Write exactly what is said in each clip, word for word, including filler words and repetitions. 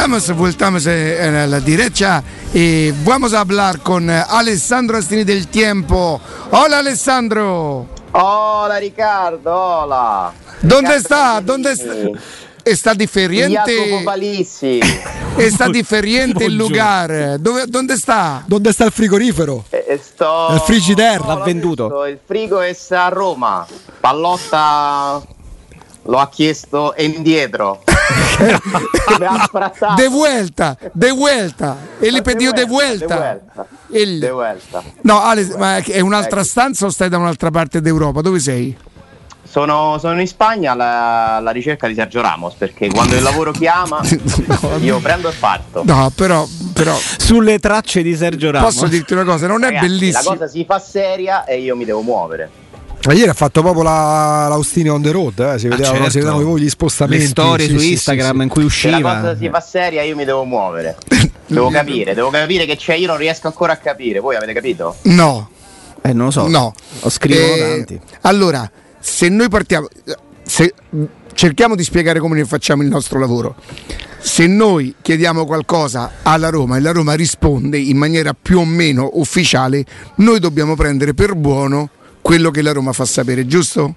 Voltamos, voltamos a la derecha y vamos a hablar con Alessandro Astini del Tiempo. Hola Alessandro. Hola Riccardo, hola. ¿Dónde está? ¿Dónde está? Está diferente. Está diferente il lugar. Dove, ¿Dónde está? ¿Dónde está il frigorifero? Eh, sto... Il frigidaire no, l'ha venduto. Visto. Il frigo è a Roma. Pallotta lo ha chiesto indietro. De vuelta, de vuelta. E gli pedivo de vuelta. Il... De vuelta. No, Ale, ma è un'altra ecco. stanza o stai da un'altra parte d'Europa? Dove sei? Sono, sono in Spagna alla, alla ricerca di Sergio Ramos, perché quando il lavoro chiama io prendo e parto. No, però, però sulle tracce di Sergio Ramos. Posso dirti una cosa, non è Ragazzi, bellissimo. La cosa si fa seria e io mi devo muovere. Ma ieri ha fatto proprio la, l'Austini on the road, eh? si vedevano, ah, certo. si vedevano voi gli spostamenti, le storie sì, su sì, Instagram sì, in cui usciva. Se la cosa si fa seria io mi devo muovere. Devo capire, devo capire che c'è, io non riesco ancora a capire. Voi avete capito? No. Eh non lo so. No. Lo scrivono eh, tanti. Allora, se noi partiamo, se cerchiamo di spiegare come ne facciamo il nostro lavoro. Se noi chiediamo qualcosa alla Roma e la Roma risponde in maniera più o meno ufficiale, noi dobbiamo prendere per buono quello che la Roma fa sapere, giusto?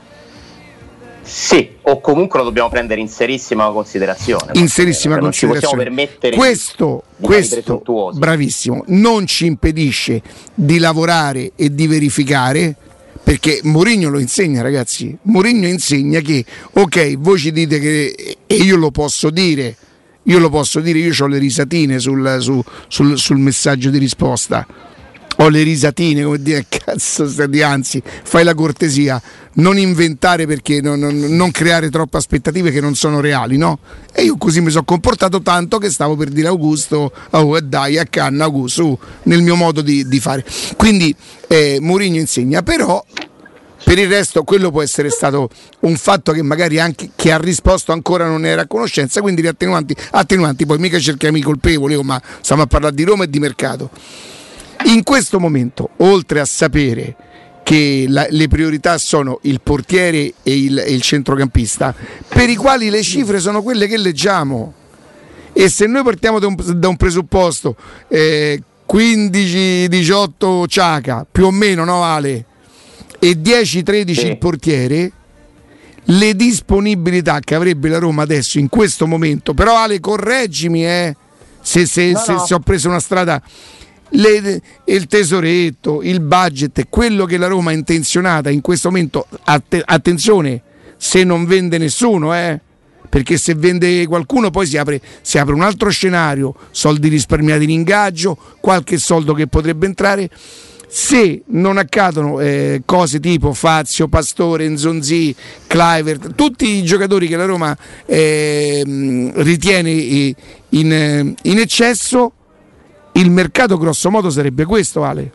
Sì, o comunque lo dobbiamo prendere in serissima considerazione. In serissima non considerazione. Ci possiamo permettere questo, di, questo bravissimo, non ci impedisce di lavorare e di verificare, perché Mourinho lo insegna, ragazzi. Mourinho insegna che, ok, voi ci dite che, e io lo posso dire, io lo posso dire, io ho le risatine sul, su, sul, sul messaggio di risposta. Ho le risatine, come dire, cazzo, anzi, fai la cortesia, non inventare, perché non, non, non creare troppe aspettative che non sono reali, no? E io così mi sono comportato tanto che stavo per dire Augusto, oh dai, a canna, Augusto, nel mio modo di, di fare. Quindi eh, Mourinho insegna, però per il resto quello può essere stato un fatto che magari anche chi ha risposto ancora non era a conoscenza, quindi gli attenuanti, attenuanti poi mica cerchiamo i colpevoli, oh, ma stiamo a parlare di Roma e di mercato. In questo momento, oltre a sapere che la, le priorità sono il portiere e il, e il centrocampista, per i quali le cifre sono quelle che leggiamo, e se noi partiamo da un, da un presupposto eh, quindici diciotto Ciaca, più o meno, no Ale, e dieci tredici sì. il portiere, le disponibilità che avrebbe la Roma adesso in questo momento, però Ale correggimi eh, se, se, no, se, no. se ho preso una strada. Le, il tesoretto, il budget, quello che la Roma è intenzionata in questo momento, att- attenzione, se non vende nessuno, eh, perché se vende qualcuno poi si apre, si apre un altro scenario, soldi risparmiati in ingaggio, qualche soldo che potrebbe entrare. Se non accadono eh, cose tipo Fazio, Pastore, Nzonzi, Kluivert, tutti i giocatori che la Roma eh, ritiene in, in eccesso, il mercato grosso modo sarebbe questo, Ale.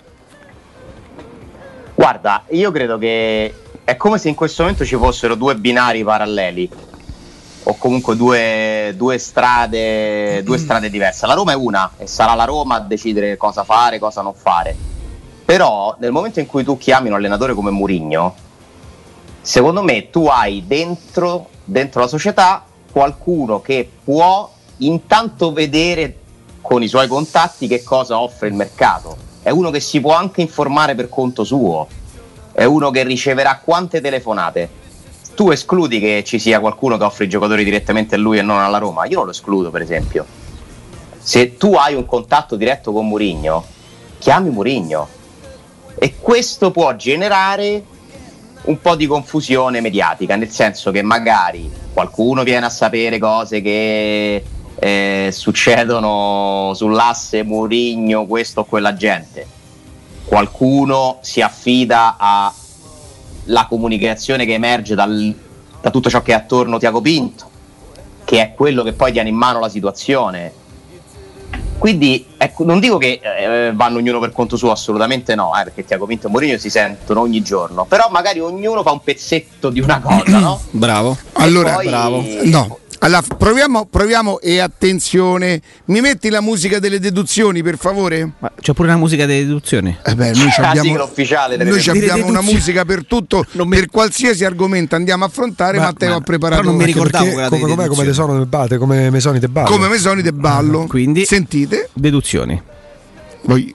Guarda, io credo che è come se in questo momento ci fossero due binari paralleli, o comunque due, due strade due strade diverse. La Roma è una e sarà la Roma a decidere cosa fare, cosa non fare. Però nel momento in cui tu chiami un allenatore come Mourinho, secondo me tu hai dentro, dentro la società qualcuno che può intanto vedere con i suoi contatti che cosa offre il mercato. È uno che si può anche informare per conto suo, è uno che riceverà quante telefonate. Tu escludi che ci sia qualcuno che offre i giocatori direttamente a lui e non alla Roma? Io non lo escludo, per esempio. Se tu hai un contatto diretto con Mourinho, chiami Mourinho, e questo può generare un po' di confusione mediatica, nel senso che magari qualcuno viene a sapere cose che Eh, succedono sull'asse Mourinho, questo o quella gente, qualcuno si affida alla comunicazione che emerge dal, da tutto ciò che è attorno Tiago Pinto, che è quello che poi tiene in mano la situazione. Quindi ecco, non dico che eh, vanno ognuno per conto suo, assolutamente no, eh, perché Tiago Pinto e Mourinho si sentono ogni giorno, però magari ognuno fa un pezzetto di una cosa, no? Bravo. Allora, poi... bravo. No. Allora, proviamo, proviamo e attenzione, mi metti la musica delle deduzioni per favore? Ma c'è pure una musica delle deduzioni. Eh beh, noi abbiamo, ufficiale noi abbiamo una musica per tutto, mi... per qualsiasi argomento andiamo a affrontare. Ma, Matteo ma, ha preparato. Però non mi ricordavo come, come, come tesoro de bate, come mesoni de ballo. Come mesoni de ballo. Quindi sentite? Deduzioni. Poi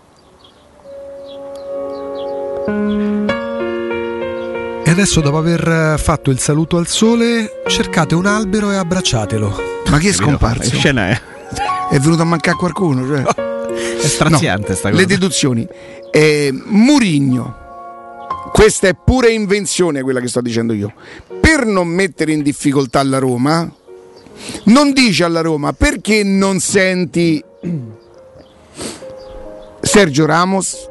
E adesso, dopo aver fatto il saluto al sole, cercate un albero e abbracciatelo. Ma chi è scomparso? Che scena è? È venuto a mancare qualcuno, cioè. È straziante no, sta cosa. Le deduzioni. Eh, Mourinho, questa è pure invenzione quella che sto dicendo io. Per non mettere in difficoltà la Roma, non dice alla Roma perché non senti Sergio Ramos.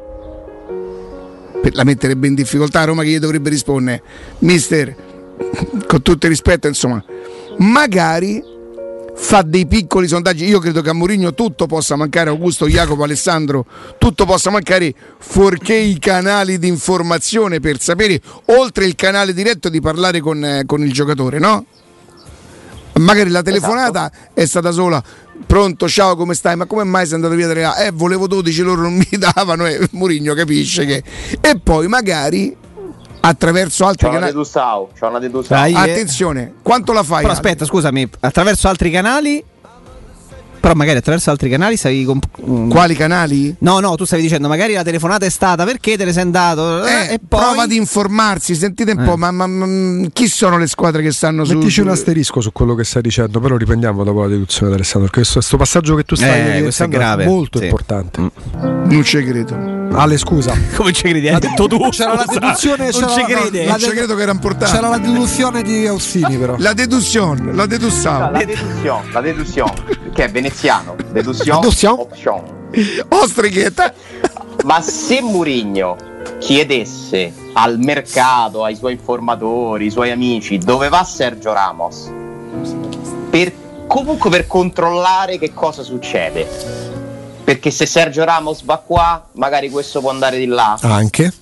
La metterebbe in difficoltà a Roma, che gli dovrebbe rispondere: mister, con tutto il rispetto, insomma, magari fa dei piccoli sondaggi. Io credo che a Mourinho tutto possa mancare, Augusto, Jacopo, Alessandro, tutto possa mancare, fuorché i canali di informazione per sapere, oltre il canale diretto, di parlare con, eh, con il giocatore, no? Magari la telefonata esatto. È stata sola: pronto, ciao, come stai? Ma come mai sei andato via dalle... Eh, volevo dodici, loro non mi davano, e Mourinho capisce che... E poi magari attraverso altri c'ho canali... Una c'ho una deduzione. Attenzione, quanto la fai? Però aspetta, scusami, attraverso altri canali... Però magari attraverso altri canali stavi comp- um... Quali canali? No, no, tu stavi dicendo magari la telefonata è stata perché te ne sei andato eh, e poi... Prova ad informarsi, sentite un eh. po', ma, ma, ma chi sono le squadre che stanno su... Mettici un asterisco su quello che stai dicendo, però riprendiamo dopo la deduzione di Alessandro, perché questo, questo passaggio che tu stai eh, questo è grave, è molto sì. importante. Mm. Non ci credo. Ale, scusa. Come ci credi? Hai detto tu. C'era la deduzione, non ci crede. Non ci credo che era importante. C'era la deduzione di Aussini, però. La deduzione, la deduzione. La deduzione, la deduzione, che è veneziano. Deduzione, option. Ostrichetta. Ma se Mourinho chiedesse al mercato, ai suoi informatori, ai suoi amici, dove va Sergio Ramos, per, comunque per controllare che cosa succede, perché se Sergio Ramos va qua, magari questo può andare di là. Anche.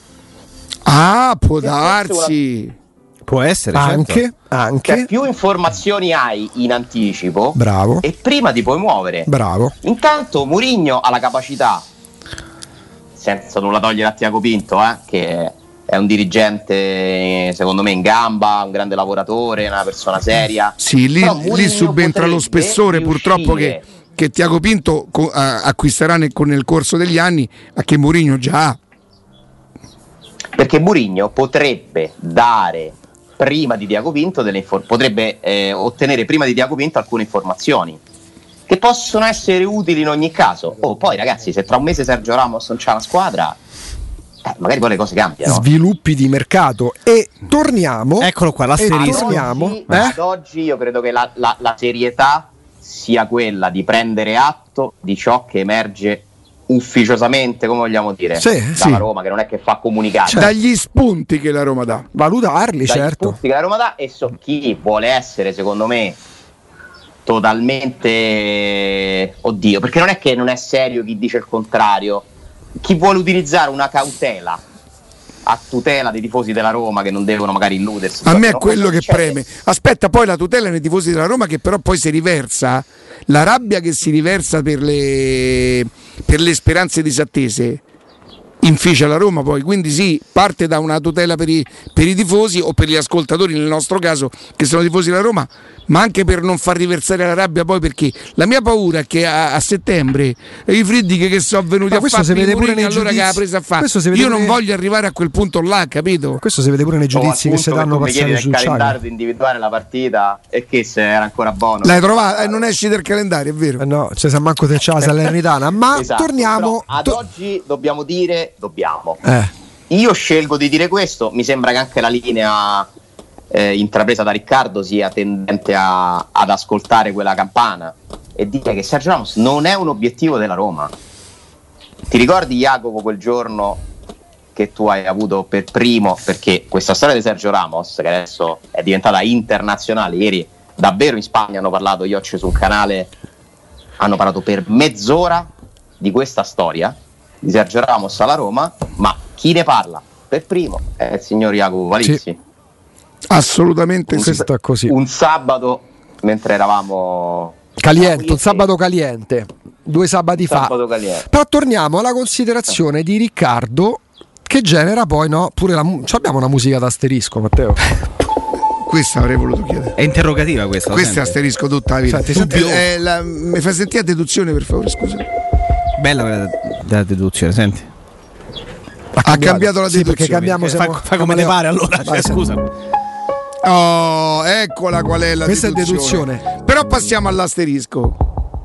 Ah, può darsi. Una... Può essere, anche, certo. anche. Cioè, più informazioni hai in anticipo, bravo, e prima ti puoi muovere. Bravo. Intanto Mourinho ha la capacità, senza nulla togliere a Tiago Pinto, eh, che è un dirigente secondo me in gamba, un grande lavoratore, una persona seria. Sì, lì, lì subentra lo spessore, purtroppo, che, che Tiago Pinto co- acquisterà nel, nel corso degli anni, a che Mourinho già ha. Perché Mourinho potrebbe dare prima di Tiago Pinto delle infor- potrebbe eh, ottenere prima di Tiago Pinto alcune informazioni che possono essere utili in ogni caso. Oh, poi ragazzi, se tra un mese Sergio Ramos non c'ha la squadra, eh, magari poi le cose cambiano. Sviluppi di mercato. E torniamo. Eccolo qua, l'asterisco. Torniamo. Ad oggi, eh? ad oggi io credo che la, la, la serietà sia quella di prendere atto di ciò che emerge ufficiosamente, come vogliamo dire, sì, dalla sì. Roma, che non è che fa comunicare, cioè, dagli spunti che la Roma dà, valutarli, dagli certo, spunti che la Roma dà. E so, chi vuole essere, secondo me, totalmente, oddio, perché non è che non è serio chi dice il contrario, chi vuole utilizzare una cautela a tutela dei tifosi della Roma, che non devono magari illudersi, a me è quello che preme. Aspetta, poi la tutela nei tifosi della Roma, che però poi si riversa, la rabbia che si riversa per le per le speranze disattese inficia la Roma, poi quindi sì, parte da una tutela per i, per i tifosi o per gli ascoltatori, nel nostro caso, che sono tifosi della Roma, ma anche per non far riversare la rabbia poi, perché la mia paura è che a, a settembre i Friedrich che sono venuti ma a fare pure nei allora giudizi, che ha presa a fare, io pure... non voglio arrivare a quel punto là, capito? Questo si vede pure nei giudizi che si danno parziali sul calendario di individuare la partita, e che se era ancora buono l'hai trovata e eh, non esci dal calendario, è vero? Eh no, cioè, sa manco se c'è la Salernitana, ma esatto, torniamo ad to- oggi dobbiamo dire dobbiamo eh. Io scelgo di dire questo, mi sembra che anche la linea eh, intrapresa da Riccardo sia tendente a, ad ascoltare quella campana e dire che Sergio Ramos non è un obiettivo della Roma. Ti ricordi, Jacopo, quel giorno che tu hai avuto per primo, perché questa storia di Sergio Ramos, che adesso è diventata internazionale, ieri davvero in Spagna hanno parlato, io c'è su un canale, hanno parlato per mezz'ora di questa storia di Sergio Ramos alla Roma, ma chi ne parla per primo è il signor Jacopo Palizzi. Sì. Assolutamente un, sì. Sta così. Un sabato mentre eravamo caliente, un sabato caliente, due sabati sabato fa. caliente. Però torniamo alla considerazione di Riccardo che genera poi no pure la mu- abbiamo una musica d'asterisco, Matteo. Questa avrei voluto chiedere. È interrogativa questa. Questa è asterisco tutta la vita. Senti, senti, eh, la, mi fai sentire a deduzione, per favore, scusa. Bella quella della deduzione, senti. Ha cambiato, cambiato la sì, deduzione. Perché cambiamo, Eh, siamo, fa, fa come te pare allora, cioè, scusa. Oh, eccola qual è la Questa deduzione. è deduzione. Però passiamo all'asterisco.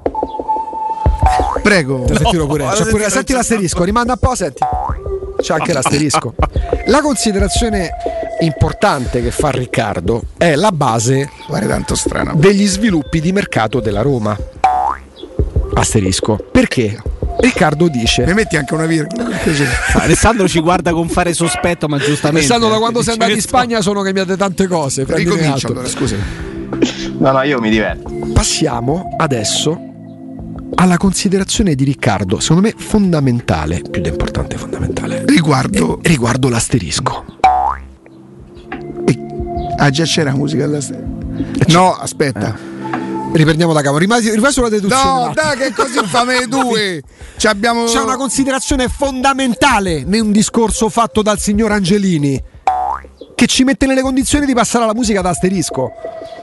Prego. No, sentilo pure. no, C'è pure no, senti no, l'asterisco, rimanda un po', senti. C'è anche l'asterisco. La considerazione importante che fa Riccardo è la base Guarda, tanto strano. degli sviluppi di mercato della Roma. Asterisco. Perché? Riccardo dice. Mi metti anche una virgola, per piacere. Alessandro ci guarda con fare sospetto, ma giustamente. Alessandro, da quando sei andato in Dice- Spagna sono cambiate tante cose. prendine Ricomincio atto. allora, scusami. No, no, io mi diverto. Passiamo adesso alla considerazione di Riccardo, secondo me fondamentale, più da importante fondamentale, Riguardo. eh, riguardo l'asterisco. Ah, già c'era musica all'asterisco. No, aspetta. Riprendiamo da capo, rimasi, rimasi sulla deduzione. No, Marco. dai, che così fame due. Ci abbiamo. C'è una considerazione fondamentale in un discorso fatto dal signor Angelini che ci mette nelle condizioni di passare alla musica da asterisco.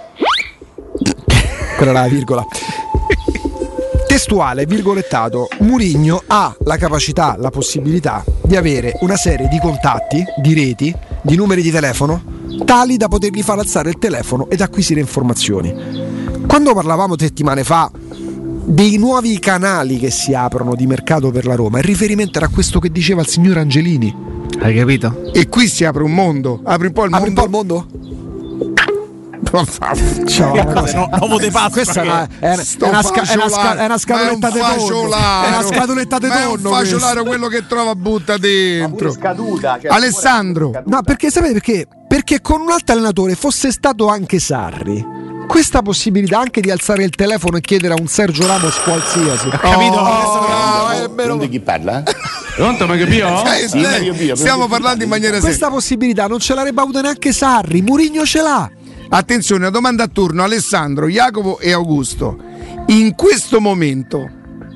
Quella era la virgola. Testuale, virgolettato, Mourinho ha la capacità, la possibilità di avere una serie di contatti, di reti, di numeri di telefono tali da potergli far alzare il telefono ed acquisire informazioni. Quando parlavamo settimane fa dei nuovi canali che si aprono di mercato per la Roma, il riferimento era questo che diceva il signor Angelini. Hai capito? E qui si apre un mondo. Apri un po' il Apri un mondo. po' il mondo? Ciao, Che cos'è? No, uovo de Pasqua. Questa è una, è una, Sto è una, sca- è una, sca- fagiolaro, è una scatoletta di ma è un tonno. fagiolaro. È una scatoletta di Ma è un tonno. fagiolaro questo. quello che trova butta Ma pure dentro. scaduta. Cioè, Alessandro. pure scaduta. No, perché sapete perché? Perché con un altro allenatore, fosse stato anche Sarri, questa possibilità anche di alzare il telefono e chiedere a un Sergio Ramos qualsiasi. Capito? Oh, bravo, è vero. Di chi parla? Pronto, ma capito? Eh, Sì, eh, Mario Pio, stiamo però- parlando in maniera seria. Questa possibilità non ce l'avrebbe avuta neanche Sarri, Mourinho ce l'ha. Attenzione, una domanda a turno. Alessandro, Jacopo e Augusto. In questo momento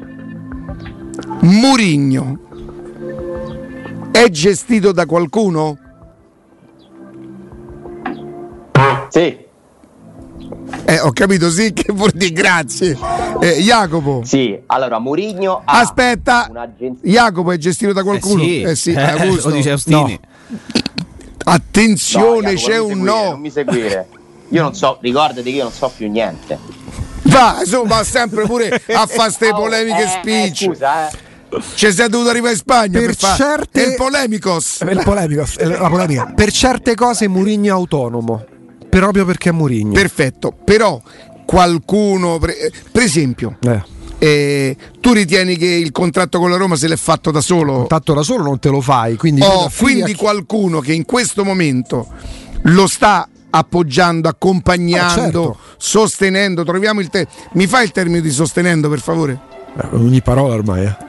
Mourinho è gestito da qualcuno? Sì, Eh, ho capito, sì, che vuol dire grazie. Eh, Jacopo. sì. Allora, Mourinho ha Aspetta, un'agenzia. Jacopo è gestito da qualcuno? Eh sì, eh, Augusto. lo dice Austini. Attenzione, No, Jacopo, c'è non mi un seguire, no. Non mi seguire. Io non so, ricordati che io non so più niente. Va, insomma, sempre pure a fare ste polemiche Eh, speech. eh, scusa, eh. Ci sei dovuto arrivare in Spagna per, Per fare certe- il polemicos. Il polemico, la polemica. Per certe cose Mourinho è autonomo, proprio perché è Mourinho. Perfetto, però qualcuno, per, per esempio, Eh. eh, tu ritieni che il contratto con la Roma se l'è fatto da solo? Tanto da solo non te lo fai, quindi, tu O ti affidi quindi a chi- qualcuno che in questo momento lo sta appoggiando, accompagnando, Ah, certo. sostenendo, troviamo il te- mi fai il termine di sostenendo, per favore? Eh, ogni parola ormai, eh.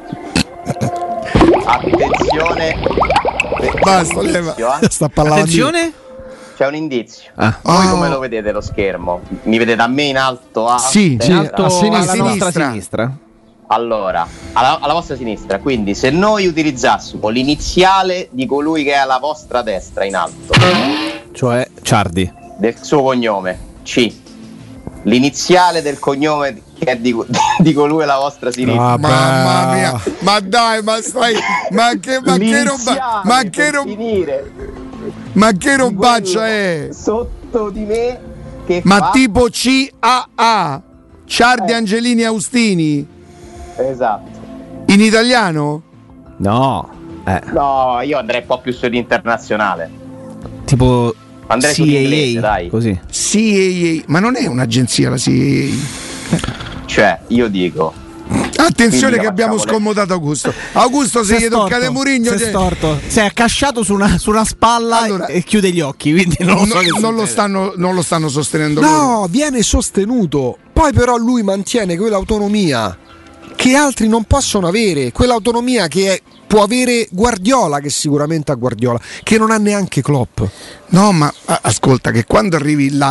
Attenzione. Basta, C'è un leva. indizio, eh. Sta parlando. Attenzione. C'è un indizio. Ah. Voi Oh. come lo vedete lo schermo? Mi vedete a me in alto? A Sì, destra? sì, Alto a sinistra. alla nostra Sinistra. sinistra. Allora, alla, alla vostra sinistra, quindi se noi utilizzassimo l'iniziale di colui che è alla vostra destra in alto, Cioè Ciardi. del suo cognome, C, l'iniziale del cognome che è di, di colui alla vostra sinistra, Ah, Mamma beh. mia, ma dai, ma stai, ma che, ma che roba, L'iniziale ma per che, ro- finire ma che di robaccia quello è? sotto di me che Ma fa... tipo C A A, Ciardi, Eh. Angelini, Austini, Esatto. in italiano? No. Eh, No, io andrei un po' più sull'internazionale. tipo Andrei C A A, sull'inglese, dai. così. C A A, ma non è un'agenzia la C A Cioè, io dico, A. Attenzione Quindi che abbiamo facciamo le- scomodato Augusto. Augusto, se Si è gli toccate storto, Mourinho, si è cioè- storto. Si è accasciato su una, su una spalla Allora- e chiude gli occhi, quindi non lo so no- che non, lo succede. stanno, non lo stanno sostenendo loro. No, viene sostenuto. Poi però lui mantiene quell'autonomia che altri non possono avere, quell'autonomia che è- può avere Guardiola, che sicuramente ha Guardiola, che non ha neanche Klopp. No, ma a- ascolta che quando arrivi là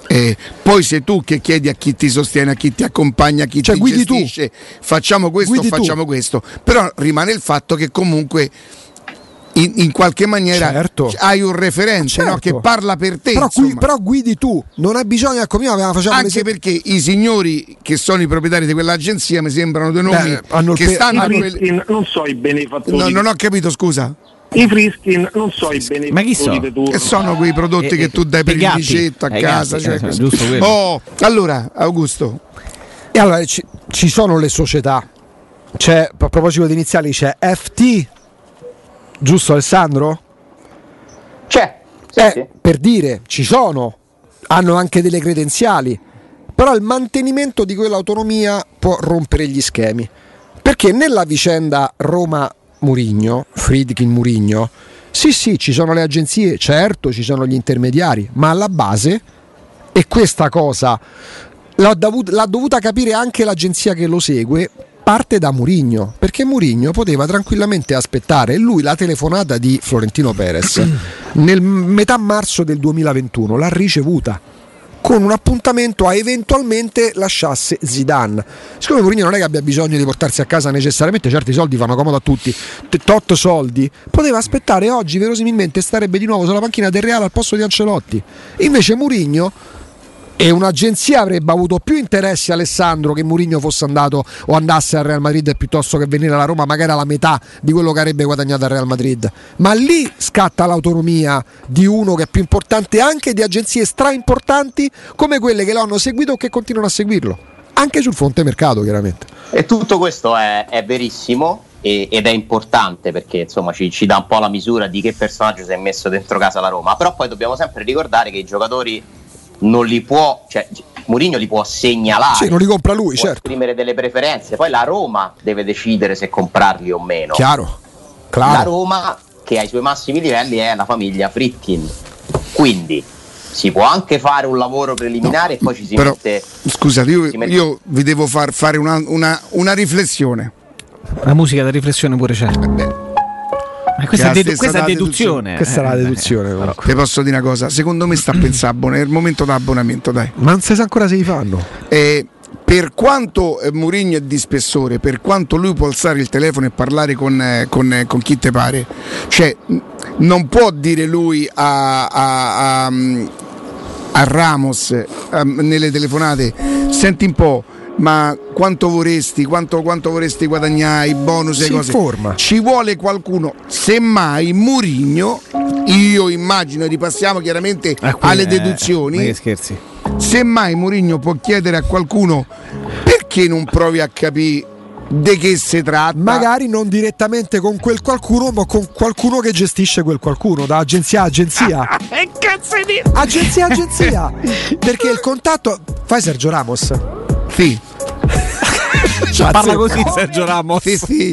Eh, poi sei tu che chiedi a chi ti sostiene, a chi ti accompagna, a chi cioè, ti guidi gestisce, tu. facciamo questo, Guidi facciamo tu. questo. Però rimane il fatto che comunque in, in qualche maniera Certo. hai un referente, Certo. no? Che parla per te. Però, qui, insomma. però guidi tu, non hai bisogno, ecco, prima facciamo Anche l'esempio- perché i signori che sono i proprietari di quell'agenzia mi sembrano due nomi Beh, hanno il che pe- stanno I a quel... Friskin non so i benefattori. No, non ho capito, scusa. I Friskin non so i benefattori. Ma chi so? di turno. Che sono quei prodotti Eh, che tu dai per i il gatti. licetto a Eh, i casa? gatti, Cioè, eh, questo- giusto quello. Oh, allora, Augusto, E allora ci, ci sono le società. C'è, a proposito di iniziali, c'è F T, giusto Alessandro? C'è, sì, Eh, sì. Per dire, ci sono, hanno anche delle credenziali, però il mantenimento di quell'autonomia può rompere gli schemi. Perché nella vicenda Roma-Murigno, Friedkin-Murigno, sì sì, ci sono le agenzie, certo, ci sono gli intermediari, ma alla base, e questa cosa l'ha, dovut- l'ha dovuta capire anche l'agenzia che lo segue, parte da Murigno, perché Murigno poteva tranquillamente aspettare, e lui la telefonata di Florentino Perez nel metà marzo del duemilaventuno l'ha ricevuta con un appuntamento a eventualmente lasciasse Zidane. Siccome Mourinho non è che abbia bisogno di portarsi a casa necessariamente, certi soldi fanno comodo a tutti, t- tot soldi, poteva aspettare, oggi verosimilmente starebbe di nuovo sulla panchina del Real al posto di Ancelotti. Invece Mourinho e un'agenzia avrebbe avuto più interessi, Alessandro, che Mourinho fosse andato o andasse al Real Madrid piuttosto che venire alla Roma, magari alla metà di quello che avrebbe guadagnato al Real Madrid. Ma lì scatta l'autonomia di uno che è più importante, anche di agenzie stra importanti come quelle che lo hanno seguito o che continuano a seguirlo, anche sul fronte mercato, chiaramente. E tutto questo è, è verissimo e, ed è importante, perché insomma ci, ci dà un po' la misura di che personaggio si è messo dentro casa la Roma. Però poi dobbiamo sempre ricordare che i giocatori non li può, cioè Mourinho li può segnalare, Sì, non li compra lui, può certo. esprimere delle preferenze, poi la Roma deve decidere se comprarli o meno. Chiaro, La claro. Roma, che ai suoi massimi livelli è la famiglia Friedkin, quindi si può anche fare un lavoro preliminare e poi ci si però mette. scusate, io, si mette- io vi devo far fare una, una, una riflessione. La musica da riflessione pure c'è. Ma questa, Che è, è la dedu- stessa questa è da deduzione. Questa è la Eh, deduzione, eh, comunque. Ti posso dire una cosa, secondo me sta a pensare abbon- è il momento da abbonamento, dai. Ma non si sa ancora se li fanno. Eh, per quanto eh, Mourinho è di spessore, per quanto lui può alzare il telefono e parlare con, eh, con, eh, con chi te pare, cioè mh, non può dire lui a, a, a, a Ramos eh, nelle telefonate, senti un po', ma quanto vorresti, quanto, quanto vorresti guadagnare, i bonus e Si cose. informa. Ci vuole qualcuno, semmai Mourinho, io immagino, ripassiamo chiaramente Ah, qui, alle eh, deduzioni. ma che scherzi. Semmai Mourinho può chiedere a qualcuno perché non provi a capire di che si tratta. Magari non direttamente con quel qualcuno, ma con qualcuno che gestisce quel qualcuno, da agenzia a agenzia. E cazzo di... Agenzia a agenzia. Perché il contatto. Fai Sergio Ramos. Sì, Parla così Sergio Ramos. sì, sì.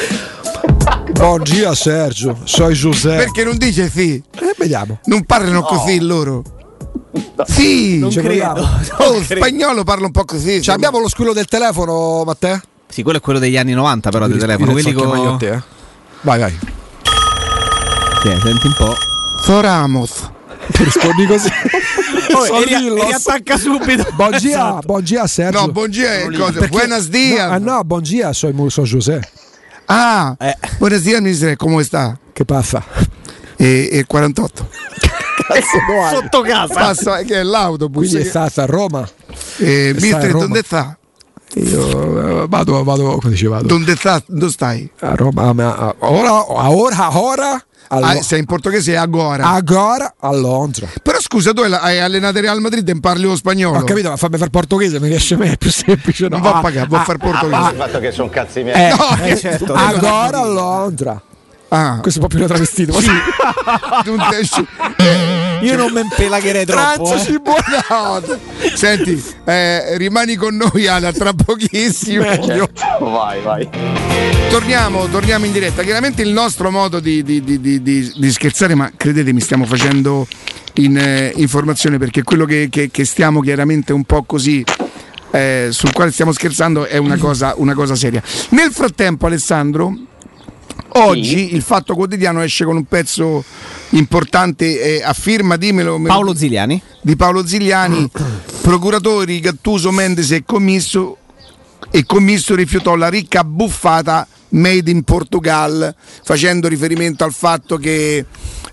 Buongiorno Sergio, sono Giuseppe. Perché non dice sì? Eh, vediamo. Non parlano così loro. Sì, Non Ci credo. proviamo. oh, Non credo. spagnolo parla un po' così. Cioè, abbiamo lo squillo del telefono, Matteo? Sì, quello è quello degli anni novanta, però, del telefono. Io Quelli so chiamare io con. a te, eh. Vai, vai. Sì, senti un po'. So Ramos. Rispondi così. Oh, Sono e, ri- Lillos. e riattacca subito. Buongiorno, Esatto. buongiorno Sergio. No, buongiorno, eh, cosa? Perché- Buenos dias. No, ah, no, buongiorno, sono so Giuseppe. Ah, Eh. buenos dias, mister, come sta? Che passa? E, e quarantotto. Cazzo, no, hai. Sotto casa. Passa, che è l'autobus. Quindi è stata a Roma. Eh, sta mister, a Roma. dove sta? Io eh, vado, vado, come dice vado? Dove sta? Dove stai? A Roma, ma a- ora, ora, ora, a Lo- Ah, sei in portoghese agora. agora a Londra. Però scusa, tu hai allenato Real Madrid e parli lo spagnolo. Ho capito, ma fammi fare portoghese, mi riesce a me, è più semplice. Non no? va a Ah, pagare, vuol ah, fare portoghese. Il fatto che sono cazzi miei. Eh, No, eh, certo. agora a Londra. Ah, Questo è un po' più travestito. sì. Tu te- eh, Io non me pelagherei troppo. Pranzo, eh. cibo. no. Senti, eh, rimani con noi Ala, tra pochissimo. Vai, vai. Torniamo, torniamo in diretta. Chiaramente il nostro modo di, di- di- di- di- di scherzare, ma credetemi, stiamo facendo in, eh, informazione, perché quello che, che- che stiamo chiaramente un po' così, eh, sul quale stiamo scherzando, è una cosa, una cosa seria. Nel frattempo, Alessandro, Oggi Sì. il Fatto Quotidiano esce con un pezzo importante eh, a firma, dimmelo, me lo- Paolo Ziliani. di Paolo Zigliani, procuratori Gattuso, Mendes e Commisso, e Commisso rifiutò la ricca buffata made in Portugal, facendo riferimento al fatto che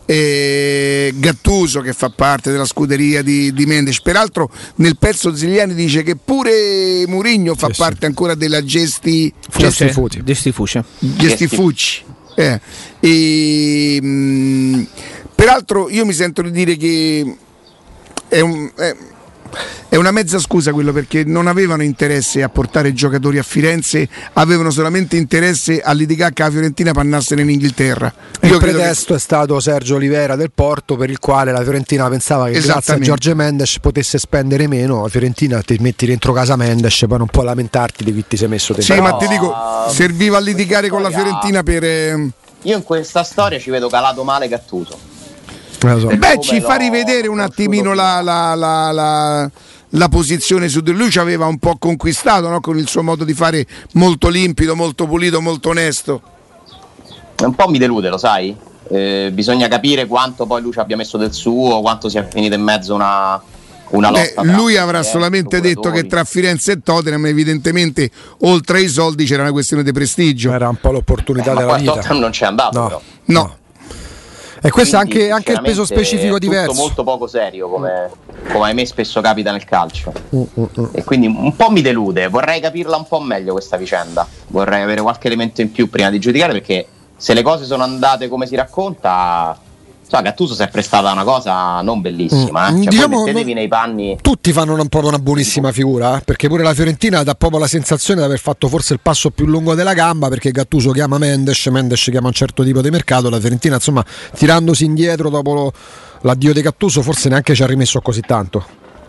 eh, Gattuso, che fa parte della scuderia di, di Mendes, peraltro nel pezzo Zigliani dice che pure Mourinho fa Sì, sì. parte ancora della gesti Gesti Futi. Gesti Fucci. Gesti Fucci. Eh. E, mh, peraltro io mi sento di dire che è, un, è, è una mezza scusa quello, perché non avevano interesse a portare giocatori a Firenze, avevano solamente interesse a litigare che la Fiorentina per andarsene in Inghilterra. Il credo pretesto è stato Sergio Olivera del Porto, per il quale la Fiorentina pensava che grazie a Esattamente. Jorge Mendes potesse spendere meno. La Fiorentina ti metti dentro casa Mendes, poi non puoi lamentarti di chi ti sei messo che, dentro. sì, Però, ma ti dico, serviva a litigare con la storia- Fiorentina per... eh, Io in questa storia ci vedo calato male Gattuso. Eh, lo so. Beh, come ci fa l'ho rivedere un conosciuto attimino la, la, la, la, la posizione su di lui. Ci aveva un po' conquistato, no? Con il suo modo di fare molto limpido, molto pulito, molto onesto. Un po' mi delude, lo sai? Eh, bisogna capire quanto poi lui ci abbia messo del suo, quanto sia finita in mezzo una, una Beh, lotta. tra lui avrà eh, solamente detto procuratori. che tra Firenze e Tottenham evidentemente oltre ai soldi c'era una questione di prestigio. Era un po' l'opportunità Eh, ma della qua vita. Tottenham non c'è andato, No. però. No, E questo è Quindi, anche, anche il peso sinceramente, specifico è tutto diverso. molto poco serio, come, come a me spesso capita nel calcio. Mm, mm, mm. E quindi un po' mi delude. Vorrei capirla un po' meglio questa vicenda. Vorrei avere qualche elemento in più prima di giudicare, perché se le cose sono andate come si racconta, so, Gattuso si è prestata a una cosa non bellissima. Mm. Eh? Cioè, Diciamo, voi mettetevi non- nei panni. Tutti fanno una, proprio una buonissima figura, eh, perché pure la Fiorentina dà proprio la sensazione di aver fatto forse il passo più lungo della gamba, perché Gattuso chiama Mendes, Mendes chiama un certo tipo di mercato, la Fiorentina insomma tirandosi indietro dopo lo- l'addio di Gattuso forse neanche ci ha rimesso così tanto.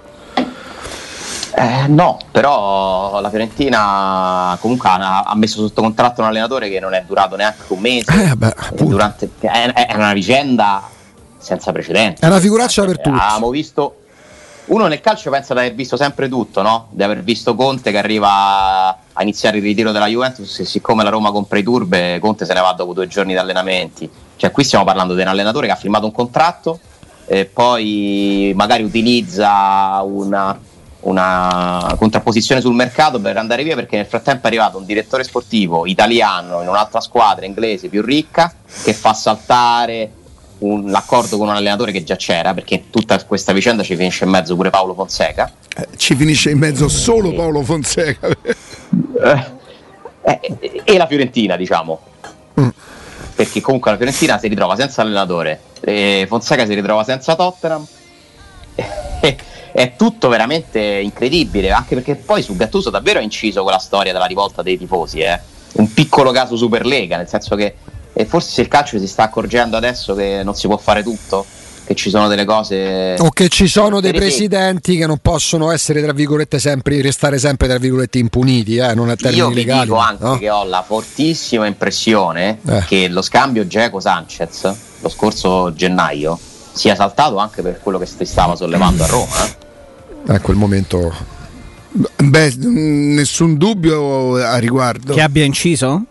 Eh, no, però la Fiorentina comunque ha, ha messo sotto contratto un allenatore che non è durato neanche un mese. Eh, beh, E durante, è, è una vicenda senza precedenti. È una figuraccia per Eh, tutti. Avevamo visto. Uno nel calcio pensa di aver visto sempre tutto, no? Di aver visto Conte che arriva a iniziare il ritiro della Juventus, e siccome la Roma compra i turbe, Conte se ne va dopo due giorni di allenamenti. Cioè, qui stiamo parlando di un allenatore che ha firmato un contratto e poi magari utilizza una, una contrapposizione sul mercato per andare via, perché nel frattempo è arrivato un direttore sportivo italiano in un'altra squadra inglese più ricca che fa saltare un l'accordo con un allenatore che già c'era, perché in tutta questa vicenda ci finisce in mezzo pure Paolo Fonseca. eh, ci finisce in mezzo solo Paolo Fonseca. Eh, eh, e la Fiorentina, diciamo, Mm. perché comunque la Fiorentina si ritrova senza allenatore, e Fonseca si ritrova senza Tottenham. Eh, è tutto veramente incredibile, anche perché poi su Gattuso davvero ha inciso quella storia della rivolta dei tifosi, eh. Un piccolo caso Superlega, nel senso che e forse se il calcio si sta accorgendo adesso che non si può fare tutto, che ci sono delle cose, O che ci sono dei Per esempio, presidenti che non possono essere tra virgolette sempre restare sempre tra virgolette impuniti, eh, non a termini io vi legali. dico anche no? che ho la fortissima impressione Eh. che lo scambio Dzeko-Sanchez lo scorso gennaio sia saltato anche per quello che si stava sollevando a Roma, eh. Eh, quel momento. Beh, mh, nessun dubbio a riguardo. Che abbia inciso?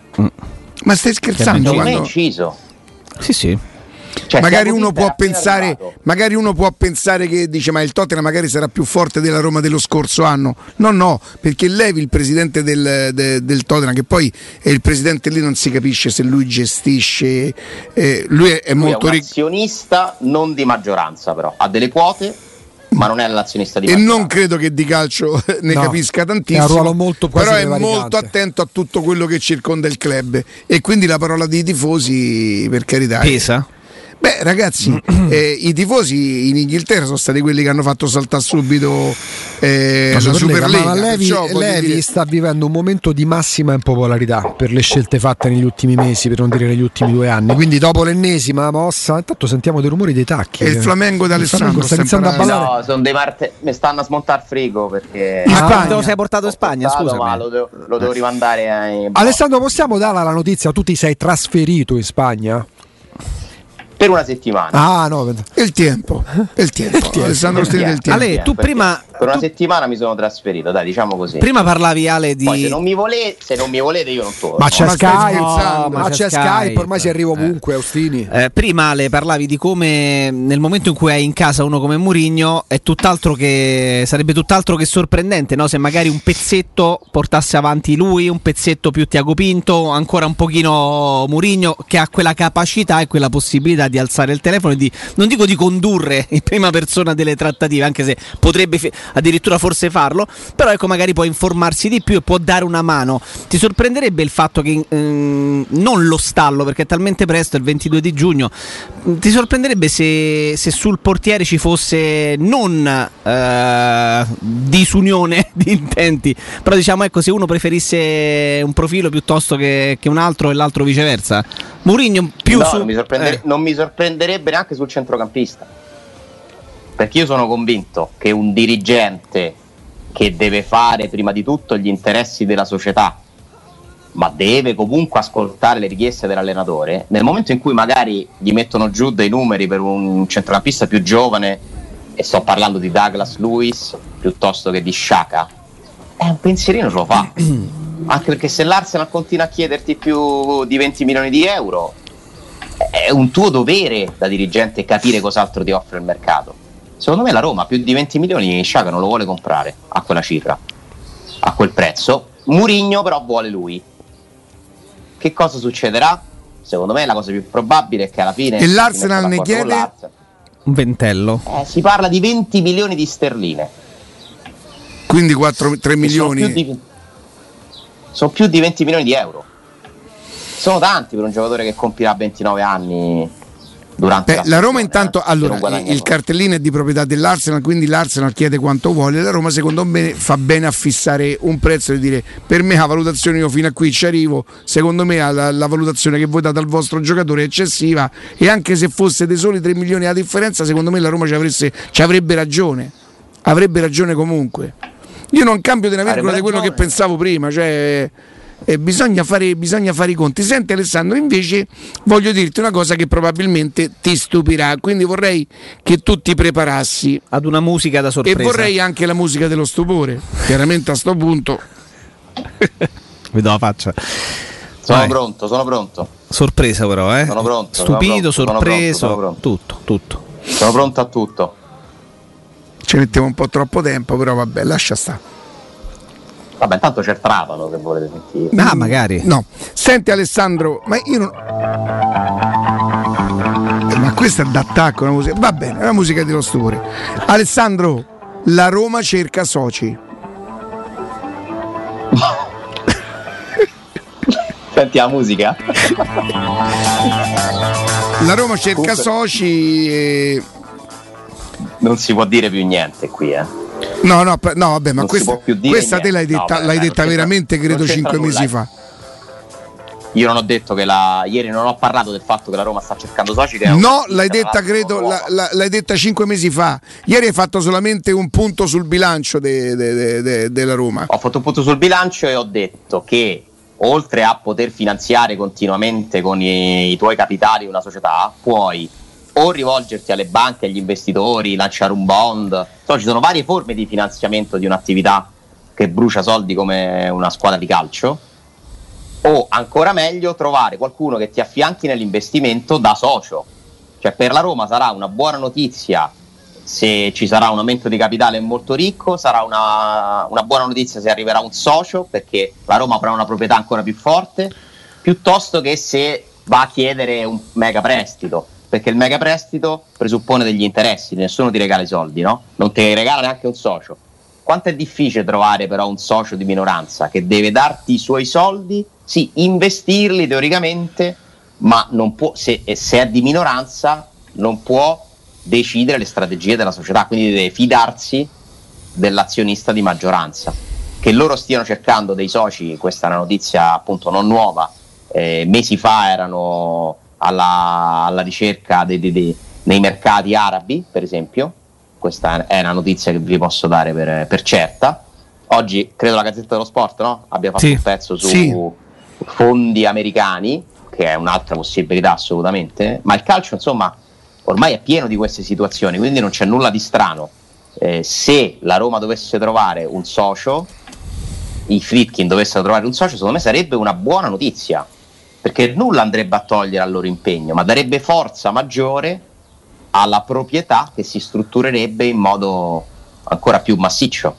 Ma stai scherzando? Secondo me è Quando... inciso. Sì, sì. Cioè, magari Thiago uno Pinto può è appena pensare arrivato. magari uno può pensare che dice ma il Tottenham magari sarà più forte della Roma dello scorso anno. No, no, perché Levi, il presidente del, de- del Tottenham, che poi è il presidente lì, non si capisce se lui gestisce, eh, lui è, è Lui molto è un ricco azionista non di maggioranza, però ha delle quote, ma non è l'azionista di e maggioranza. non credo che di calcio ne No, capisca è un tantissimo, ruolo molto quasi però è prevaricante. molto attento a tutto quello che circonda il club, e quindi la parola dei tifosi, per carità, è- Pesa? Beh, ragazzi, eh, i tifosi in Inghilterra sono stati quelli che hanno fatto saltare subito eh, La la Superlega, Superlega. ma Levi, Perciò, voglio Levi dire, sta vivendo un momento di massima impopolarità per le scelte fatte negli ultimi mesi, per non dire negli ultimi due anni. Quindi dopo l'ennesima mossa, intanto sentiamo dei rumori dei tacchi. È il Flamengo d'Alessandro, sta iniziando a sta imparando. ballare. No, sono dei marte- mi stanno a smontare il frigo perché In Ah, Spagna. te lo sei portato in Spagna, Ho portato, scusami. ma lo devo, lo devo rimandare ai... Alessandro, possiamo dare la notizia? Tu ti sei trasferito in Spagna? per una settimana. Ah, no, È il tempo, è il tempo. Alessandro Strilli del tempo. Ale, tu Perché prima per una settimana mi sono trasferito, dai, diciamo così. Prima parlavi, Ale, di... Poi se non mi volete, se non mi volete io non torno. Ma c'è Ma stai Skype, scherzando? ma c'è Skype, ormai si arriva ovunque, Austini. Eh, prima, Ale, parlavi di come nel momento in cui hai in casa uno come Mourinho è tutt'altro che sarebbe tutt'altro che sorprendente, no? Se magari un pezzetto portasse avanti lui, un pezzetto più Tiago Pinto, ancora un pochino Mourinho, che ha quella capacità e quella possibilità di alzare il telefono e di, non dico di condurre in prima persona delle trattative, anche se potrebbe fi- addirittura forse farlo, però ecco, magari può informarsi di più e può dare una mano. Ti sorprenderebbe il fatto che ehm, non lo stallo, perché è talmente presto, il ventidue di giugno, ti sorprenderebbe se, se sul portiere ci fosse non eh, disunione di intenti, però diciamo, ecco, se uno preferisse un profilo piuttosto che, che un altro e l'altro viceversa? Mourinho più no, su... non mi, sorprendere- eh. non mi sorprenderebbe neanche sul centrocampista, perché io sono convinto che un dirigente che deve fare prima di tutto gli interessi della società, ma deve comunque ascoltare le richieste dell'allenatore, nel momento in cui magari gli mettono giù dei numeri per un centrocampista più giovane, e sto parlando di Douglas Luiz piuttosto che di Xhaka, eh, un pensierino ce lo fa. Anche perché se l'Arsenal continua a chiederti più di venti milioni di euro, è un tuo dovere da dirigente capire cos'altro ti offre il mercato. Secondo me la Roma più di venti milioni Xhaka non lo vuole comprare a quella cifra, a quel prezzo. Mourinho però vuole lui. Che cosa succederà? Secondo me la cosa più probabile è che alla fine... E l'Arsenal ne chiede? Un ventello. Eh, si parla di venti milioni di sterline. Quindi quattro, tre milioni. Sono più, di, sono più di venti milioni di euro. Sono tanti per un giocatore che compirà ventinove anni durante Beh, la la Roma stagione, intanto, eh, allora, il cartellino è di proprietà dell'Arsenal, quindi l'Arsenal chiede quanto vuole, la Roma secondo me fa bene a fissare un prezzo e dire: per me la valutazione, io fino a qui ci arrivo, secondo me la, la valutazione che voi date al vostro giocatore è eccessiva, e anche se fosse dei soli tre milioni la differenza, secondo me la Roma ci, avresse, ci avrebbe ragione, avrebbe ragione comunque. Io non cambio di una virgola di quello che pensavo prima, cioè eh, bisogna, fare, bisogna fare i conti. Senti Alessandro, invece voglio dirti una cosa che probabilmente ti stupirà, quindi vorrei che tu ti preparassi ad una musica da sorpresa, e vorrei anche la musica dello stupore, chiaramente a sto punto. vedo la faccia. Sono Vai. pronto, sono pronto. Sorpresa però, eh? Sono pronto. Stupito, sono pronto, sorpreso, sono pronto, tutto, tutto. Sono pronto a tutto. Ci mettiamo un po' troppo tempo, però vabbè, lascia stare. Vabbè, intanto c'è il Trapano, se volete sentire. Ah, magari. No, senti Alessandro, ma io non... Eh, ma questa è d'attacco, una musica. Va bene, è una musica dello stupore. Alessandro, la Roma cerca soci. Senti la musica. La Roma cerca Comunque- soci e... Non si può dire più niente qui, eh. No, no, no, vabbè, ma Non si questa, può più dire questa te l'hai niente. detta, No, vabbè, l'hai non detta c'entra- veramente, non credo, c'entra cinque nulla, mesi eh. fa. Io non ho detto che la ieri non ho parlato del fatto che la Roma sta cercando soci. Che è No, una l'hai notizia, detta, tra l'altro, credo, nuova. la- la- l'hai detta cinque mesi fa. Ieri hai fatto solamente un punto sul bilancio de- de- de- de- della Roma. Ho fatto un punto sul bilancio e ho detto che oltre a poter finanziare continuamente con i, i tuoi capitali una società, puoi o rivolgerti alle banche, agli investitori, lanciare un bond. So, ci sono varie forme di finanziamento di un'attività che brucia soldi come una squadra di calcio, o ancora meglio trovare qualcuno che ti affianchi nell'investimento da socio. Cioè, per la Roma sarà una buona notizia se ci sarà un aumento di capitale molto ricco, sarà una, una buona notizia se arriverà un socio, perché la Roma avrà una proprietà ancora più forte, piuttosto che se va a chiedere un mega prestito, perché il mega prestito presuppone degli interessi, nessuno ti regala i soldi, no? Non ti regala neanche un socio. Quanto è difficile trovare però un socio di minoranza che deve darti i suoi soldi, sì, investirli teoricamente, ma non può, se, se è di minoranza non può decidere le strategie della società, quindi deve fidarsi dell'azionista di maggioranza. Che loro stiano cercando dei soci, questa è una notizia appunto non nuova, eh, mesi fa erano alla, alla ricerca dei, dei, dei, nei mercati arabi, per esempio. Questa è una notizia che vi posso dare per, per certa. Oggi credo la Gazzetta dello Sport, no? abbia fatto Sì. un pezzo su Sì. fondi americani, che è un'altra possibilità assolutamente, ma il calcio insomma ormai è pieno di queste situazioni, quindi non c'è nulla di strano eh, se la Roma dovesse trovare un socio, i Friedkin dovessero trovare un socio, secondo me sarebbe una buona notizia, perché nulla andrebbe a togliere al loro impegno, ma darebbe forza maggiore alla proprietà che si strutturerebbe in modo ancora più massiccio.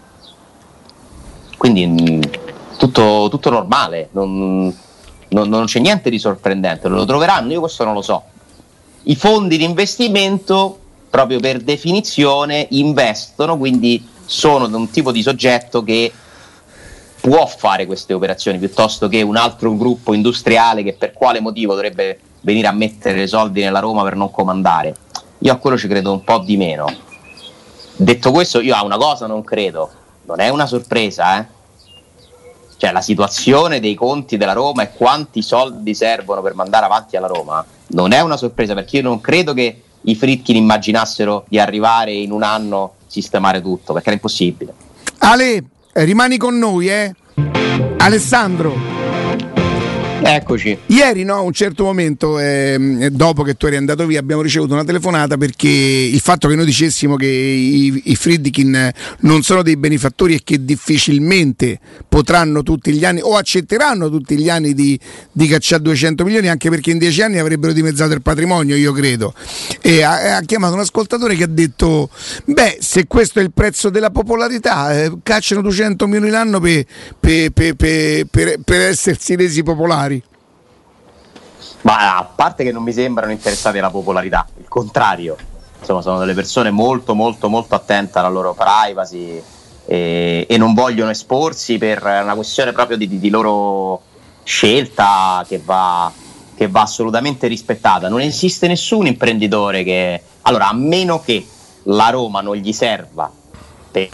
Quindi mh, tutto, tutto normale, non, non, non c'è niente di sorprendente, lo troveranno, io questo non lo so. I fondi di investimento proprio per definizione investono, quindi sono un tipo di soggetto che può fare queste operazioni piuttosto che un altro gruppo industriale che per quale motivo dovrebbe venire a mettere i soldi nella Roma per non comandare. Io a quello ci credo un po' di meno. Detto questo, io a una cosa non credo, non è una sorpresa, eh? Cioè la situazione dei conti della Roma e quanti soldi servono per mandare avanti alla Roma non è una sorpresa, perché io non credo che i Friedkin immaginassero di arrivare in un anno a sistemare tutto, perché era impossibile. Ale, rimani con noi, eh? Alessandro. Eccoci. Ieri, no, a un certo momento, eh, dopo che tu eri andato via, abbiamo ricevuto una telefonata perché il fatto che noi dicessimo che i, i Friedkin non sono dei benefattori e che difficilmente potranno tutti gli anni o accetteranno tutti gli anni di, di cacciare duecento milioni, anche perché in dieci anni avrebbero dimezzato il patrimonio, io credo. E ha, ha chiamato un ascoltatore che ha detto: beh, se questo è il prezzo della popolarità, eh, cacciano duecento milioni l'anno per, per, per, per, per, per essersi resi popolari. Ma a parte che non mi sembrano interessati alla popolarità, il contrario, insomma sono delle persone molto molto molto attente alla loro privacy e, e non vogliono esporsi per una questione proprio di, di, di loro scelta che va, che va assolutamente rispettata. Non esiste nessun imprenditore che, allora, a meno che la Roma non gli serva per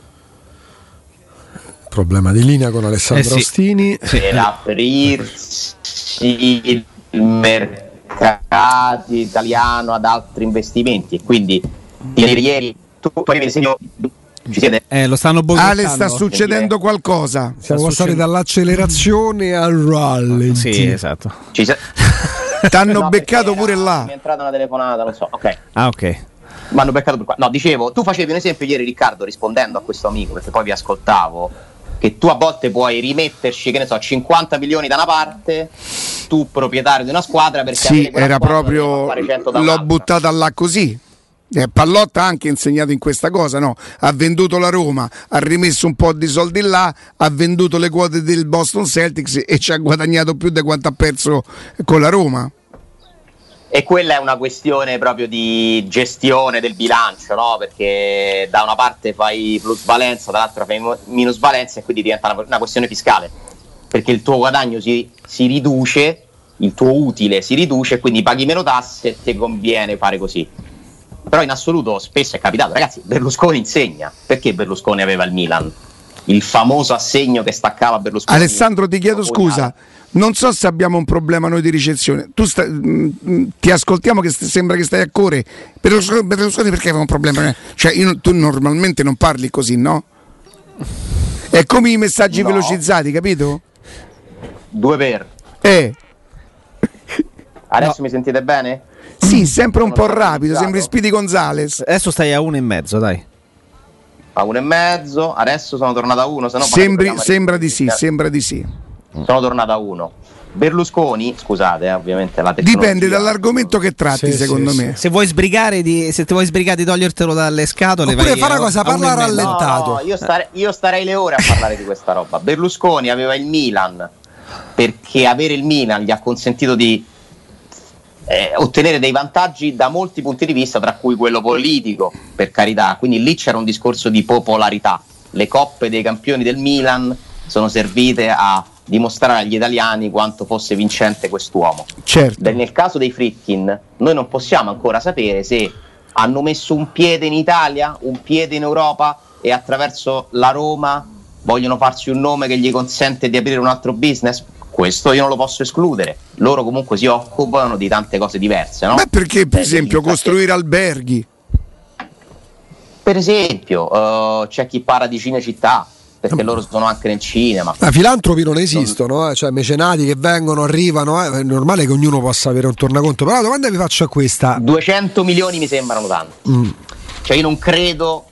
problema di linea con Alessandro eh sì. Ostini per aprirsi il mercato italiano ad altri investimenti, e quindi ieri, ieri tu avevi il segno, ci siete? Eh, lo stanno boicottando. Ale, sta succedendo qualcosa. siamo passati dall'accelerazione al rally. Sì, esatto. Ci se- T'hanno No, beccato perché pure era- là. Mi è entrata una telefonata, non so. Ok. Ah, ok. Mi hanno beccato per qua. No, dicevo, tu facevi un esempio ieri, Riccardo, rispondendo a questo amico, perché poi vi ascoltavo, che tu a volte puoi rimetterci, che ne so, cinquanta milioni da una parte, tu proprietario di una squadra, perché Sì, avere quella era squadra proprio, devi fare cento da l'ho un'altra. buttata là così. Eh, Pallotta ha anche insegnato in questa cosa, no? Ha venduto la Roma, ha rimesso un po' di soldi là, ha venduto le quote del Boston Celtics e ci ha guadagnato più di quanto ha perso con la Roma. E quella è una questione proprio di gestione del bilancio, no? Perché da una parte fai plusvalenza, dall'altra fai minusvalenza, e quindi diventa una, una questione fiscale, perché il tuo guadagno si, si riduce, il tuo utile si riduce, e quindi paghi meno tasse e ti conviene fare così. Però in assoluto spesso è capitato, ragazzi, Berlusconi insegna. Perché Berlusconi aveva il Milan? Il famoso assegno che staccava Berlusconi. Alessandro, ti chiedo scusa, non so se abbiamo un problema noi di ricezione. Tu sta, mh, ti ascoltiamo che st- sembra che stai a correre. Berlusconi, Berlusconi perché aveva un problema? Cioè, io, tu normalmente non parli così, no? È come i messaggi No. velocizzati, capito? Due per. Eh, Adesso No. mi sentite bene? sì, sempre un po' Sono rapido, velocizzato. sembri Speedy Gonzales. Adesso stai a uno e mezzo, dai. A uno e mezzo, adesso sono tornato a uno. Se no Sembri, magari sembra di sì, proviamo a- sembra di sì. Sono tornato a uno. Berlusconi, scusate, eh, ovviamente la tecnologia. Dipende dall'argomento che tratti, Sì, secondo sì, me. Se vuoi sbrigare di, se ti vuoi sbrigare di togliertelo dalle scatole, Oppure vai fa una a- cosa, a uno parla e mezzo. rallentato. No, Tentato. no, io, stare- io starei le ore a parlare di questa roba. Berlusconi aveva il Milan perché avere il Milan gli ha consentito di eh, ottenere dei vantaggi da molti punti di vista, tra cui quello politico, per carità. Quindi lì c'era un discorso di popolarità. Le coppe dei campioni del Milan sono servite a dimostrare agli italiani quanto fosse vincente quest'uomo. Certo. Nel caso dei Friedkin noi non possiamo ancora sapere se hanno messo un piede in Italia, un piede in Europa, e attraverso la Roma vogliono farsi un nome che gli consente di aprire un altro business. Questo io non lo posso escludere. Loro comunque si occupano di tante cose diverse, no? Ma perché, per Eh, esempio, perché- costruire alberghi? Per esempio, eh, c'è chi parla di Cinecittà, perché loro sono anche nel cinema. Ma filantropi non esistono, eh? Cioè mecenati che vengono, arrivano, eh? È normale che ognuno possa avere un tornaconto. Però la domanda che vi faccio è questa. duecento milioni mi sembrano tanti. Mm. Cioè io non credo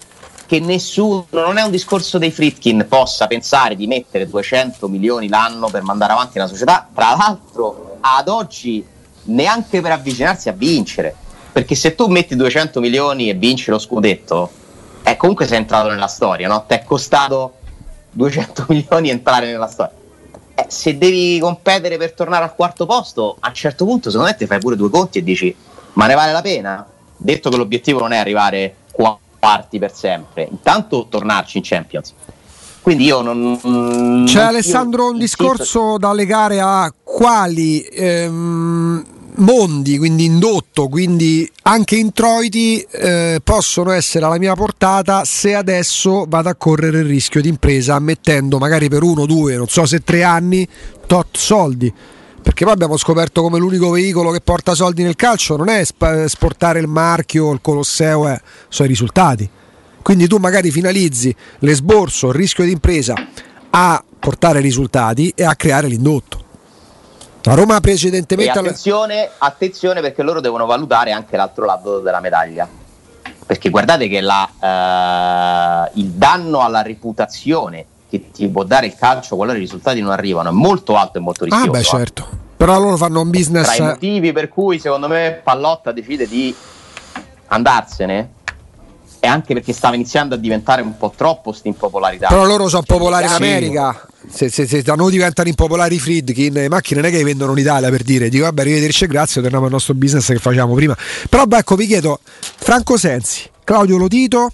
che nessuno, non è un discorso dei Friedkin, possa pensare di mettere duecento milioni l'anno per mandare avanti una società, tra l'altro ad oggi neanche per avvicinarsi a vincere, perché se tu metti duecento milioni e vinci lo scudetto, eh, comunque sei entrato nella storia, no? Ti è costato duecento milioni entrare nella storia. Eh, se devi competere per tornare al quarto posto, a un certo punto secondo me ti fai pure due conti e dici ma ne vale la pena? Detto che l'obiettivo non è arrivare qua quarti per sempre, intanto tornarci in Champions. Quindi io non... C'è non, Alessandro un discorso da legare a quali ehm, mondi, quindi indotto, quindi anche introiti eh, possono essere alla mia portata se adesso vado a correre il rischio di impresa mettendo magari per uno, due, non so se tre anni tot soldi. Perché poi abbiamo scoperto come l'unico veicolo che porta soldi nel calcio non è esportare il marchio, il Colosseo, eh, sono i risultati. Quindi tu magari finalizzi l'esborso, il rischio di impresa a portare risultati e a creare l'indotto. La Roma precedentemente... E attenzione, attenzione perché loro devono valutare anche l'altro lato della medaglia. Perché guardate che la, eh, il danno alla reputazione che ti può dare il calcio qualora i risultati non arrivano è molto alto e molto rischioso. Ah beh certo, però loro fanno un business. Tra i motivi per cui secondo me Pallotta decide di andarsene è anche perché stava iniziando a diventare un po' troppo sta impopolarità. Però loro sono popolari in Sì. America. Se, se, se da noi diventano impopolari i Friedkin, le macchine non è che li vendono in Italia, per dire, dico vabbè arrivederci, grazie, torniamo al nostro business che facciamo prima. Però beh, ecco, vi chiedo Franco Sensi, Claudio Lotito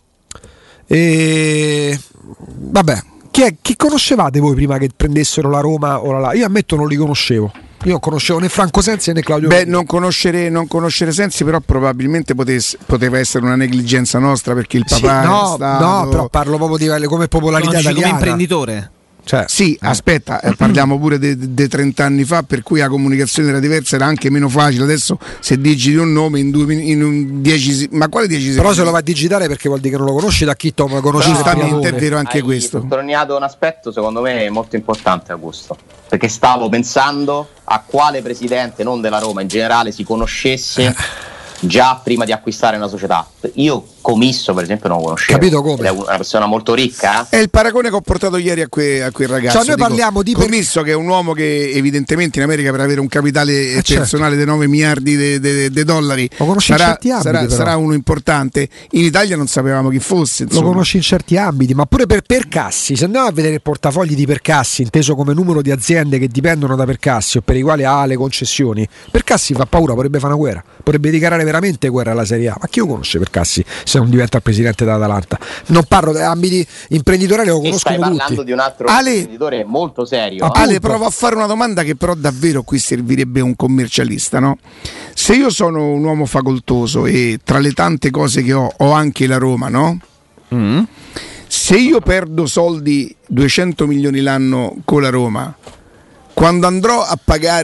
e vabbè, chi, è, chi conoscevate voi prima che prendessero la Roma o la La? Io ammetto non li conoscevo. Io non conoscevo né Franco Sensi né Claudio Beh, Lotito. non conoscere, non conoscere Sensi, però probabilmente potesse, poteva essere una negligenza nostra perché il Sì, papà no, è stato... no, però parlo proprio di come popolarità No, dici italiana. come imprenditore. Cioè, Sì, aspetta, eh, parliamo pure di trenta anni fa, per cui la comunicazione era diversa, era anche meno facile. Adesso se dici un nome in, due, in un dieci, ma quale dieci secondi? però se lo va a digitare perché vuol dire che non lo conosci da chi Tom lo conosci. Giustamente è vero anche Hai questo. sottolineato un aspetto secondo me molto importante, Augusto, perché stavo pensando a quale presidente, non della Roma in generale, si conoscesse già prima di acquistare una società. Io Comisso per esempio non lo conoscevo. Capito come? Ed è una persona molto ricca, eh? È il paragone che ho portato ieri a, que, a quel ragazzo. Cioè, noi Dico, parliamo di per- Commisso, che è un uomo che evidentemente in America per avere un capitale Eh, personale di nove miliardi di dollari Lo conosci in sarà, certi ambiti, sarà, però. sarà uno importante. In Italia non sapevamo chi fosse. Lo Insomma. conosci in certi ambiti, ma pure per Percassi. Se andiamo a vedere il portafogli di Percassi, inteso come numero di aziende che dipendono da Percassi o per i quali ha le concessioni, Percassi fa paura, potrebbe fare una guerra, potrebbe dichiarare veramente guerra alla Serie A. Ma chi lo conosce Percassi se non diventa il presidente dell'Atalanta? Non parlo di ambiti imprenditoriali, lo E stai conoscono parlando tutti. di un altro Ale- imprenditore molto serio. Appunto. Ale, provo a fare una domanda che però davvero qui servirebbe un commercialista, no? Se io sono un uomo facoltoso e tra le tante cose che ho ho anche la Roma, no? Mm. Se io perdo soldi duecento milioni l'anno con la Roma, quando andrò a pagare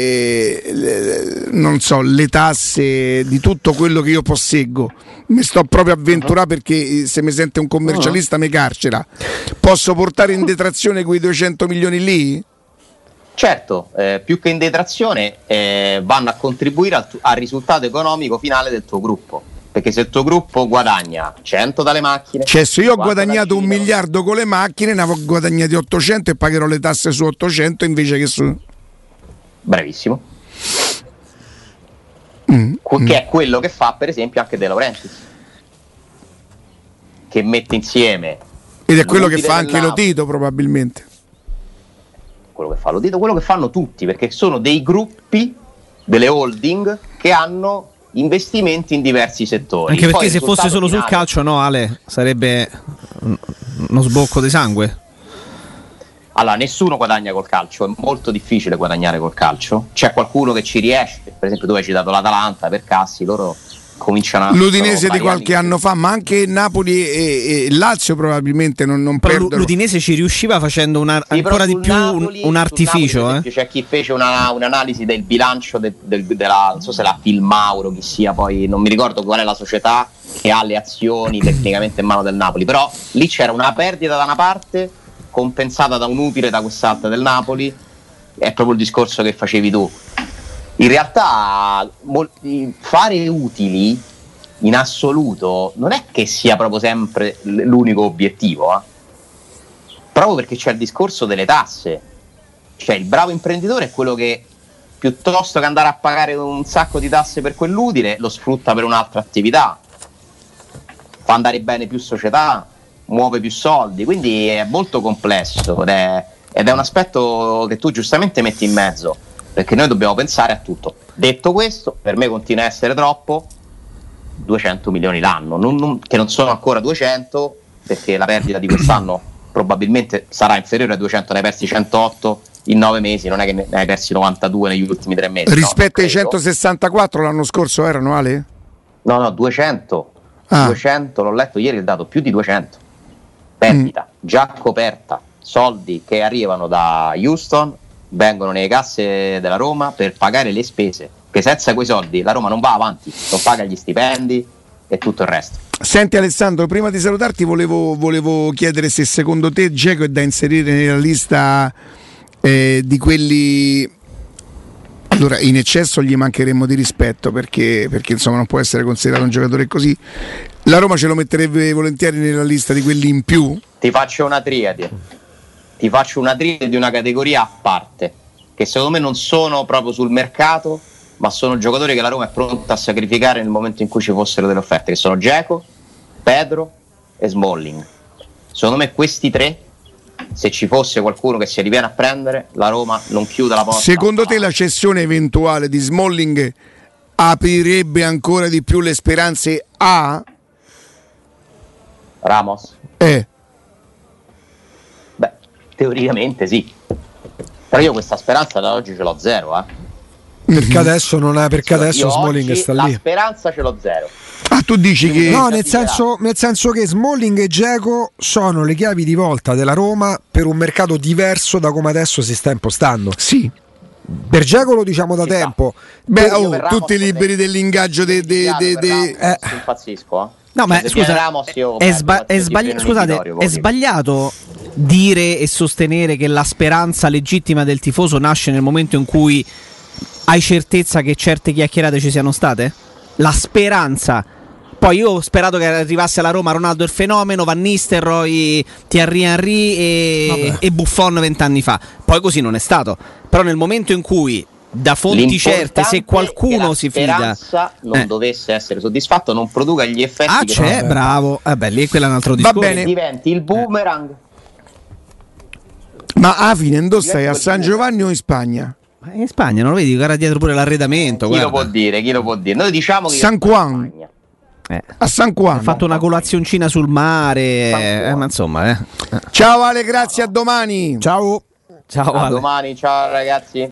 eh, non so, le tasse di tutto quello che io posseggo, mi sto proprio a avventurare perché se mi sente un commercialista mi carcera, posso portare in detrazione quei duecento milioni lì? Certo, eh, più che in detrazione eh, vanno a contribuire al, tu- al risultato economico finale del tuo gruppo. Perché se il tuo gruppo guadagna cento dalle macchine, Cioè se io ho quanto guadagnato da un Cina? miliardo con le macchine, ne avevo guadagnati ottocento e pagherò le tasse su ottocento invece che su... Bravissimo. Mm, Que- mm. Che è quello che fa per esempio anche De Laurentiis, che mette insieme Ed è quello che l'utile fa del anche Napoli, Lotito probabilmente. quello che fa Lotito, quello che fanno tutti, perché sono dei gruppi, delle holding che hanno investimenti in diversi settori. Anche Poi perché il se fosse risultato solo sul finale- calcio, no, Ale, sarebbe uno sbocco di sangue. Allora, nessuno guadagna col calcio, è molto difficile guadagnare col calcio. C'è qualcuno che ci riesce, per esempio tu hai citato l'Atalanta, per Cassi, loro cominciano a... L'Udinese sono di qualche amici. anno fa, ma anche Napoli e, e Lazio probabilmente non, non Però perdono. l'Udinese ci riusciva facendo una, Sì, però ancora di sul più Napoli- un, un sul artificio. Napoli, per eh. esempio, c'è chi fece una, un'analisi del bilancio de- del- della, non so se la Filmauro, chi sia, poi non mi ricordo qual è la società che ha le azioni tecnicamente in mano del Napoli, però lì c'era una perdita da una parte compensata da un utile da quest'altra del Napoli. È proprio il discorso che facevi tu. In realtà molti, fare utili in assoluto non è che sia proprio sempre l'unico obiettivo, eh? Proprio perché c'è il discorso delle tasse. Cioè il bravo imprenditore è quello che piuttosto che andare a pagare un sacco di tasse per quell'utile lo sfrutta per un'altra attività, fa andare bene più società, muove più soldi, quindi è molto complesso ed è, ed è un aspetto che tu giustamente metti in mezzo, perché noi dobbiamo pensare a tutto. Detto questo, per me continua a essere troppo duecento milioni l'anno, non, non, che non sono ancora duecento, perché la perdita di quest'anno probabilmente sarà inferiore a duecento, ne hai persi centootto in nove mesi, non è che ne hai persi novantadue negli ultimi tre mesi. Rispetto no, ai centosessantaquattro l'anno scorso erano, Ale? No, no, duecento. Ah. duecento, l'ho letto ieri, il dato più di duecento. Perdita, mm. già coperta, soldi che arrivano da Houston, vengono nelle casse della Roma per pagare le spese, che senza quei soldi la Roma non va avanti, non paga gli stipendi e tutto il resto. Senti Alessandro, prima di salutarti volevo, volevo chiedere se secondo te Dzeko è da inserire nella lista eh, di quelli, allora in eccesso gli mancheremmo di rispetto perché, perché insomma non può essere considerato un giocatore così. La Roma ce lo metterebbe volentieri nella lista di quelli in più? Ti faccio una triade ti faccio una triade di una categoria a parte, che secondo me non sono proprio sul mercato, ma sono giocatori che la Roma è pronta a sacrificare nel momento in cui ci fossero delle offerte, che sono Dzeko, Pedro e Smalling. Secondo me questi tre, se ci fosse qualcuno che si riviene a prendere, la Roma non chiude la porta. Secondo te la cessione eventuale di Smalling aprirebbe ancora di più le speranze a Ramos? Eh. Beh, teoricamente sì. Però io questa speranza da oggi ce l'ho zero, eh. Perché adesso non è, perché adesso Smalling sta la lì. La speranza ce l'ho zero. Ah, tu dici che no, nel senso, nel senso che Smalling e Dzeko sono le chiavi di volta della Roma per un mercato diverso da come adesso si sta impostando. Sì. Per Dzeko lo diciamo da Ci tempo. Beh, io oh, per Ramos tutti liberi dell'ingaggio de, de, de, de... Eh. Impazzisco, eh. No, ma se scusa, Ramos, io è, perdo sba- è, qualsiasi sbagli- scusate, freno è sbagliato dire e sostenere che la speranza legittima del tifoso nasce nel momento in cui hai certezza che certe chiacchierate ci siano state? La speranza. Poi io ho sperato che arrivasse alla Roma Ronaldo il fenomeno, Van Nistelrooy, Thierry Henry e, e Buffon vent'anni fa. Poi così non è stato. Però nel momento in cui da fonti certe, se qualcuno si fida, non eh. dovesse essere soddisfatto, non produca gli effetti. Ah, che c'è, non... bravo. Vabbè, lì quello è un altro discorso. Va bene. Diventi il boomerang. Ma a fine indossai a San Giovanni o in Spagna? Ma in Spagna non lo vedi? Guarda dietro pure l'arredamento. Chi guarda. lo può dire? Chi lo può dire? Noi diciamo che San Juan. Eh. A San Juan. Ha fatto una colazioncina sul mare, eh, ma insomma, eh. Ciao Ale, grazie, a domani. Ciao. Ciao A Ale. domani, ciao ragazzi.